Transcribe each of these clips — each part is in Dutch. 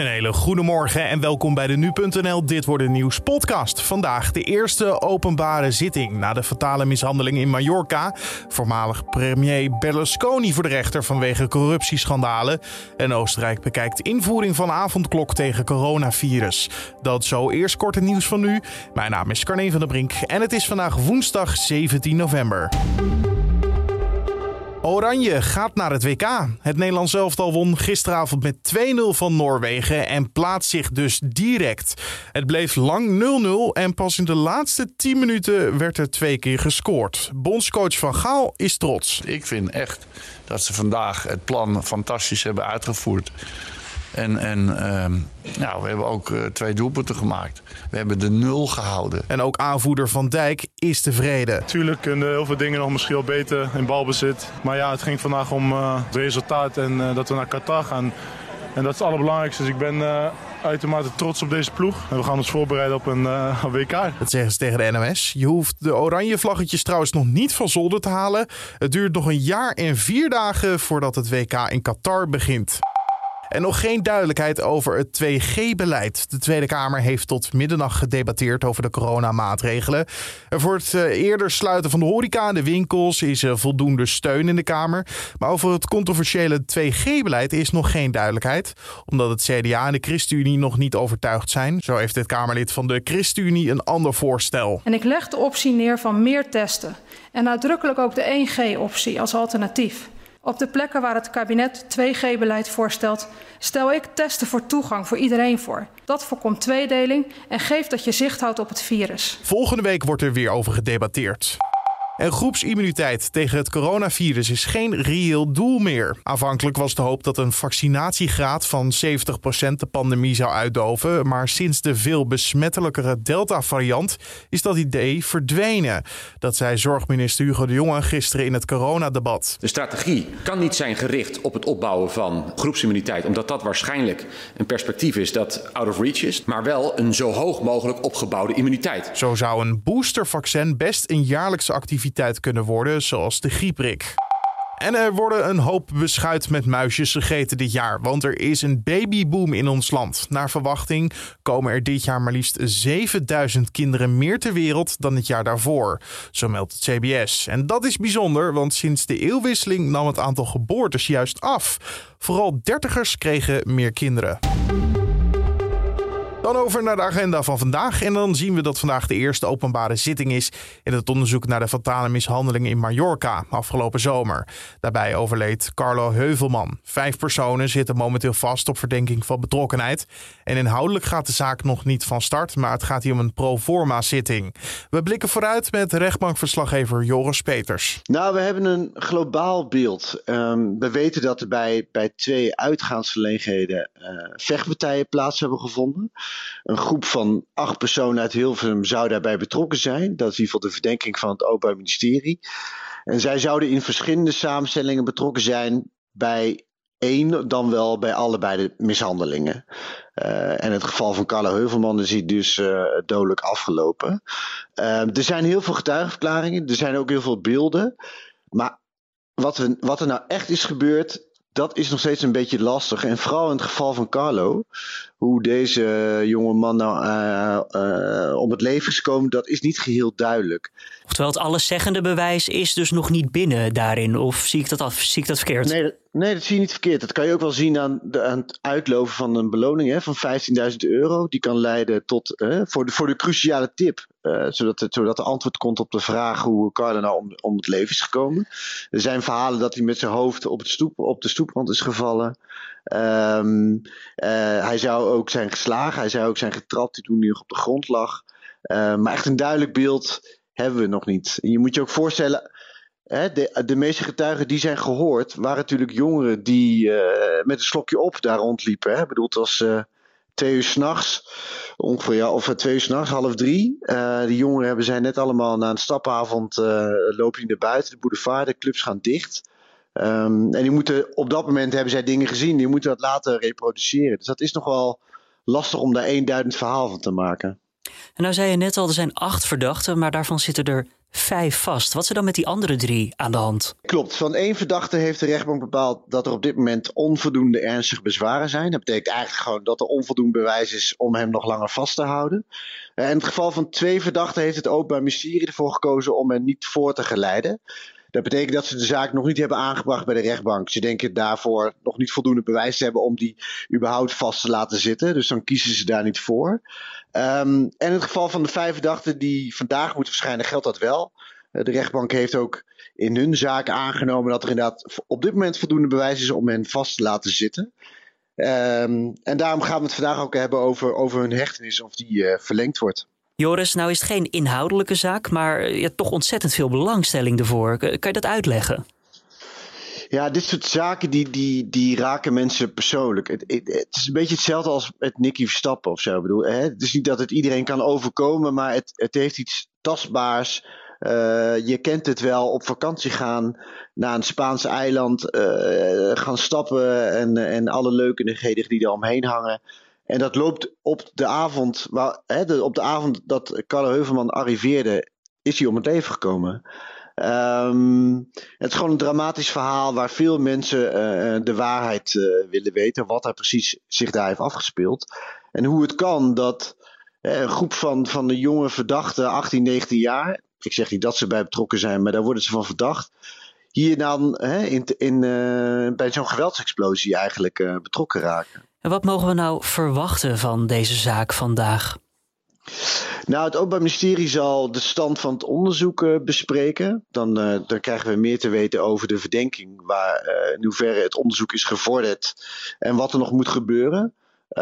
Een hele goede morgen en welkom bij de Nu.nl Dit Wordt Het Nieuws podcast. Vandaag de eerste openbare zitting na de fatale mishandeling in Mallorca. Voormalig premier Berlusconi voor de rechter vanwege corruptieschandalen. En Oostenrijk bekijkt invoering van avondklok tegen coronavirus. Dat zo eerst kort het nieuws van nu. Mijn naam is Carne van der Brink en het is vandaag woensdag 17 november. Oranje gaat naar het WK. Het Nederlands elftal won gisteravond met 2-0 van Noorwegen en plaatst zich dus direct. Het bleef lang 0-0 en pas in de laatste 10 minuten werd er 2 keer gescoord. Bondscoach Van Gaal is trots. Ik vind echt dat ze vandaag het plan fantastisch hebben uitgevoerd. We hebben ook 2 doelpunten gemaakt. We hebben de 0 gehouden. En ook aanvoerder Van Dijk is tevreden. Tuurlijk kunnen heel veel dingen nog misschien wel beter in balbezit. Maar ja, het ging vandaag om het resultaat en dat we naar Qatar gaan. En dat is het allerbelangrijkste. Dus ik ben uitermate trots op deze ploeg. En we gaan ons voorbereiden op een WK. Dat zeggen ze tegen de NOS. Je hoeft de oranje vlaggetjes trouwens nog niet van zolder te halen. Het duurt nog 1 jaar en 4 dagen voordat het WK in Qatar begint. En nog geen duidelijkheid over het 2G-beleid. De Tweede Kamer heeft tot middernacht gedebatteerd over de coronamaatregelen. En voor het eerder sluiten van de horeca en de winkels is er voldoende steun in de Kamer. Maar over het controversiële 2G-beleid is nog geen duidelijkheid. Omdat het CDA en de ChristenUnie nog niet overtuigd zijn. Zo heeft dit Kamerlid van de ChristenUnie een ander voorstel. En ik leg de optie neer van meer testen. En nadrukkelijk ook de 1G-optie als alternatief. Op de plekken waar het kabinet 2G-beleid voorstelt, stel ik testen voor toegang voor iedereen voor. Dat voorkomt tweedeling en geeft dat je zicht houdt op het virus. Volgende week wordt er weer over gedebatteerd. En groepsimmuniteit tegen het coronavirus is geen reëel doel meer. Aanvankelijk was de hoop dat een vaccinatiegraad van 70% de pandemie zou uitdoven. Maar sinds de veel besmettelijkere Delta-variant is dat idee verdwenen. Dat zei zorgminister Hugo de Jonge gisteren in het coronadebat. De strategie kan niet zijn gericht op het opbouwen van groepsimmuniteit, omdat dat waarschijnlijk een perspectief is dat out of reach is. Maar wel een zo hoog mogelijk opgebouwde immuniteit. Zo zou een boostervaccin best een jaarlijkse activiteit kunnen worden, zoals de griepprik. En er worden een hoop beschuit met muisjes gegeten dit jaar, want er is een babyboom in ons land. Naar verwachting komen er dit jaar maar liefst 7000 kinderen meer ter wereld dan het jaar daarvoor. Zo meldt het CBS. En dat is bijzonder, want sinds de eeuwwisseling nam het aantal geboortes juist af. Vooral dertigers kregen meer kinderen. Dan over naar de agenda van vandaag. En dan zien we dat vandaag de eerste openbare zitting is in het onderzoek naar de fatale mishandeling in Mallorca afgelopen zomer. Daarbij overleed Carlo Heuvelman. 5 personen zitten momenteel vast op verdenking van betrokkenheid. En inhoudelijk gaat de zaak nog niet van start, maar het gaat hier om een pro-forma zitting. We blikken vooruit met rechtbankverslaggever Joris Peters. Nou, we hebben een globaal beeld. We weten dat er bij 2 uitgaansgelegenheden vechtpartijen plaats hebben gevonden. Een groep van 8 personen uit Hilversum zou daarbij betrokken zijn. Dat is in ieder geval de verdenking van het Openbaar Ministerie. En zij zouden in verschillende samenstellingen betrokken zijn bij 1, dan wel bij allebei de mishandelingen. En het geval van Carlo Heuvelman is hier dus dodelijk afgelopen. Er zijn heel veel getuigenverklaringen. Er zijn ook heel veel beelden. Maar wat er nou echt is gebeurd, dat is nog steeds een beetje lastig. En vooral in het geval van Carlo, hoe deze jonge man om het leven is gekomen, dat is niet geheel duidelijk. Oftewel, het alleszeggende bewijs is dus nog niet binnen daarin. Of zie ik dat verkeerd? Nee, dat zie je niet verkeerd. Dat kan je ook wel zien aan het uitloven van een beloning van €15.000. Die kan leiden tot voor de cruciale tip. Zodat er antwoord komt op de vraag hoe Carlo nou om het leven is gekomen. Er zijn verhalen dat hij met zijn hoofd op de stoeprand is gevallen. Hij zou ook zijn geslagen. Hij zou ook zijn getrapt toen hij nog op de grond lag. Maar echt een duidelijk beeld hebben we nog niet. En je moet je ook voorstellen, de meeste getuigen die zijn gehoord waren natuurlijk jongeren die met een slokje op daar rondliepen. Ik bedoel, het was 2 uur 's nachts, ongeveer, of 2 uur 's nachts, 2:30. Die jongeren zijn net allemaal na een stapavond lopen die naar buiten, de boulevard, de clubs gaan dicht. En die moeten, op dat moment hebben zij dingen gezien, die moeten dat later reproduceren. Dus dat is nog wel lastig om daar eenduidend verhaal van te maken. En nou zei je net al, er zijn 8 verdachten, maar daarvan zitten er 5 vast. Wat is er dan met die andere 3 aan de hand? Klopt, van 1 verdachte heeft de rechtbank bepaald dat er op dit moment onvoldoende ernstige bezwaren zijn. Dat betekent eigenlijk gewoon dat er onvoldoende bewijs is om hem nog langer vast te houden. In het geval van 2 verdachten heeft het Openbaar Ministerie ervoor gekozen om hen niet voor te geleiden. Dat betekent dat ze de zaak nog niet hebben aangebracht bij de rechtbank. Ze denken daarvoor nog niet voldoende bewijs te hebben om die überhaupt vast te laten zitten. Dus dan kiezen ze daar niet voor. En in het geval van de 5 verdachten die vandaag moeten verschijnen geldt dat wel. De rechtbank heeft ook in hun zaak aangenomen dat er inderdaad op dit moment voldoende bewijs is om hen vast te laten zitten. En daarom gaan we het vandaag ook hebben over hun hechtenis of die verlengd wordt. Joris, nou is het geen inhoudelijke zaak, maar toch ontzettend veel belangstelling ervoor. Kan je dat uitleggen? Ja, dit soort zaken die raken mensen persoonlijk. Het is een beetje hetzelfde als met Nicky Verstappen of zo. Ik bedoel, het is niet dat het iedereen kan overkomen, maar het heeft iets tastbaars. Je kent het wel, op vakantie gaan naar een Spaans eiland, gaan stappen en alle leukigheden die er omheen hangen. En dat loopt op de avond, op de avond dat Kalle Heuvelman arriveerde, is hij om het leven gekomen. Het is gewoon een dramatisch verhaal waar veel mensen de waarheid willen weten. Wat er precies zich daar heeft afgespeeld. En hoe het kan dat een groep van de jonge verdachten, 18, 19 jaar. Ik zeg niet dat ze bij betrokken zijn, maar daar worden ze van verdacht. Hier dan bij zo'n geweldsexplosie eigenlijk betrokken raken. En wat mogen we nou verwachten van deze zaak vandaag? Nou, het Openbaar Ministerie zal de stand van het onderzoek bespreken. Dan krijgen we meer te weten over de verdenking, in hoeverre het onderzoek is gevorderd en wat er nog moet gebeuren.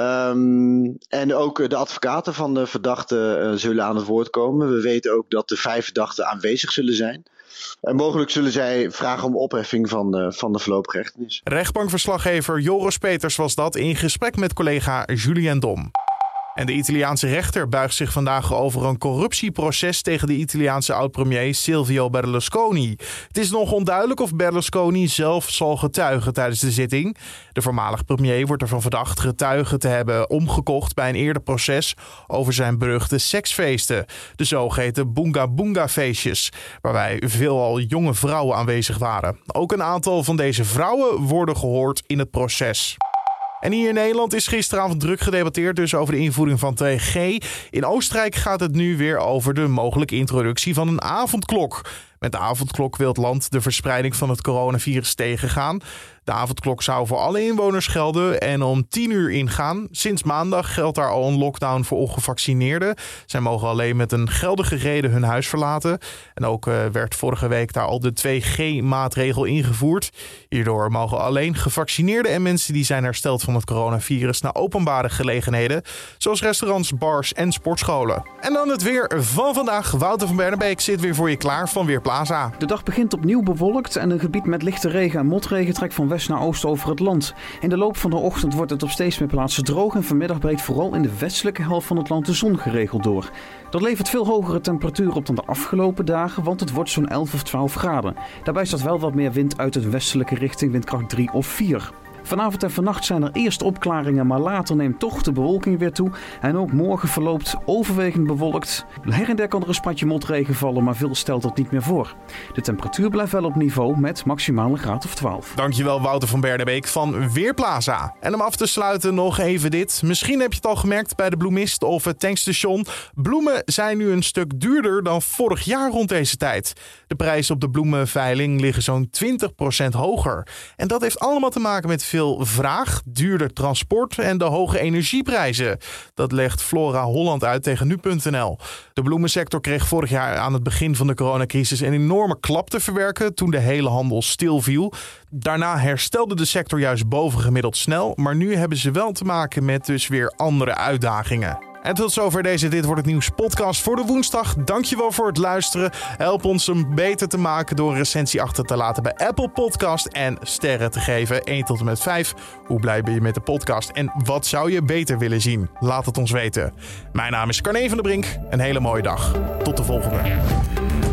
En ook de advocaten van de verdachten zullen aan het woord komen. We weten ook dat de 5 verdachten aanwezig zullen zijn. En mogelijk zullen zij vragen om opheffing van de voorlopige hechtenis. Rechtbankverslaggever Joris Peters was dat in gesprek met collega Julien Dom. En de Italiaanse rechter buigt zich vandaag over een corruptieproces tegen de Italiaanse oud-premier Silvio Berlusconi. Het is nog onduidelijk of Berlusconi zelf zal getuigen tijdens de zitting. De voormalig premier wordt ervan verdacht getuigen te hebben omgekocht bij een eerder proces over zijn beruchte seksfeesten. De zogeheten Bunga Bunga feestjes, waarbij veelal jonge vrouwen aanwezig waren. Ook een aantal van deze vrouwen worden gehoord in het proces. En hier in Nederland is gisteravond druk gedebatteerd dus over de invoering van 2G. In Oostenrijk gaat het nu weer over de mogelijke introductie van een avondklok. Met de avondklok wil het land de verspreiding van het coronavirus tegengaan. De avondklok zou voor alle inwoners gelden en om 10 uur ingaan. Sinds maandag geldt daar al een lockdown voor ongevaccineerden. Zij mogen alleen met een geldige reden hun huis verlaten. En ook werd vorige week daar al de 2G-maatregel ingevoerd. Hierdoor mogen alleen gevaccineerden en mensen die zijn hersteld van het coronavirus naar openbare gelegenheden, zoals restaurants, bars en sportscholen. En dan het weer van vandaag. Wouter van Bernebeek zit weer voor je klaar van Weerplaza. De dag begint opnieuw bewolkt en een gebied met lichte regen en motregen trekt van west naar oost over het land. In de loop van de ochtend wordt het op steeds meer plaatsen droog en vanmiddag breekt vooral in de westelijke helft van het land de zon geregeld door. Dat levert veel hogere temperaturen op dan de afgelopen dagen, want het wordt zo'n 11 of 12 graden. Daarbij staat wel wat meer wind uit de westelijke richting, windkracht 3 of 4. Vanavond en vannacht zijn er eerst opklaringen, maar later neemt toch de bewolking weer toe. En ook morgen verloopt overwegend bewolkt. Her en der kan er een spatje motregen vallen, maar veel stelt dat niet meer voor. De temperatuur blijft wel op niveau met maximaal een graad of 12. Dankjewel Wouter van Bernebeek van Weerplaza. En om af te sluiten nog even dit. Misschien heb je het al gemerkt bij de bloemist of het tankstation. Bloemen zijn nu een stuk duurder dan vorig jaar rond deze tijd. De prijzen op de bloemenveiling liggen zo'n 20% hoger. En dat heeft allemaal te maken met veel vraag, duurder transport en de hoge energieprijzen. Dat legt Flora Holland uit tegen nu.nl. De bloemensector kreeg vorig jaar aan het begin van de coronacrisis een enorme klap te verwerken toen de hele handel stilviel. Daarna herstelde de sector juist bovengemiddeld snel, maar nu hebben ze wel te maken met dus weer andere uitdagingen. En tot zover deze Dit Wordt Het Nieuws podcast voor de woensdag. Dankjewel voor het luisteren. Help ons hem beter te maken door een recensie achter te laten bij Apple Podcast en sterren te geven 1 tot en met 5. Hoe blij ben je met de podcast en wat zou je beter willen zien? Laat het ons weten. Mijn naam is Carne van der Brink. Een hele mooie dag. Tot de volgende.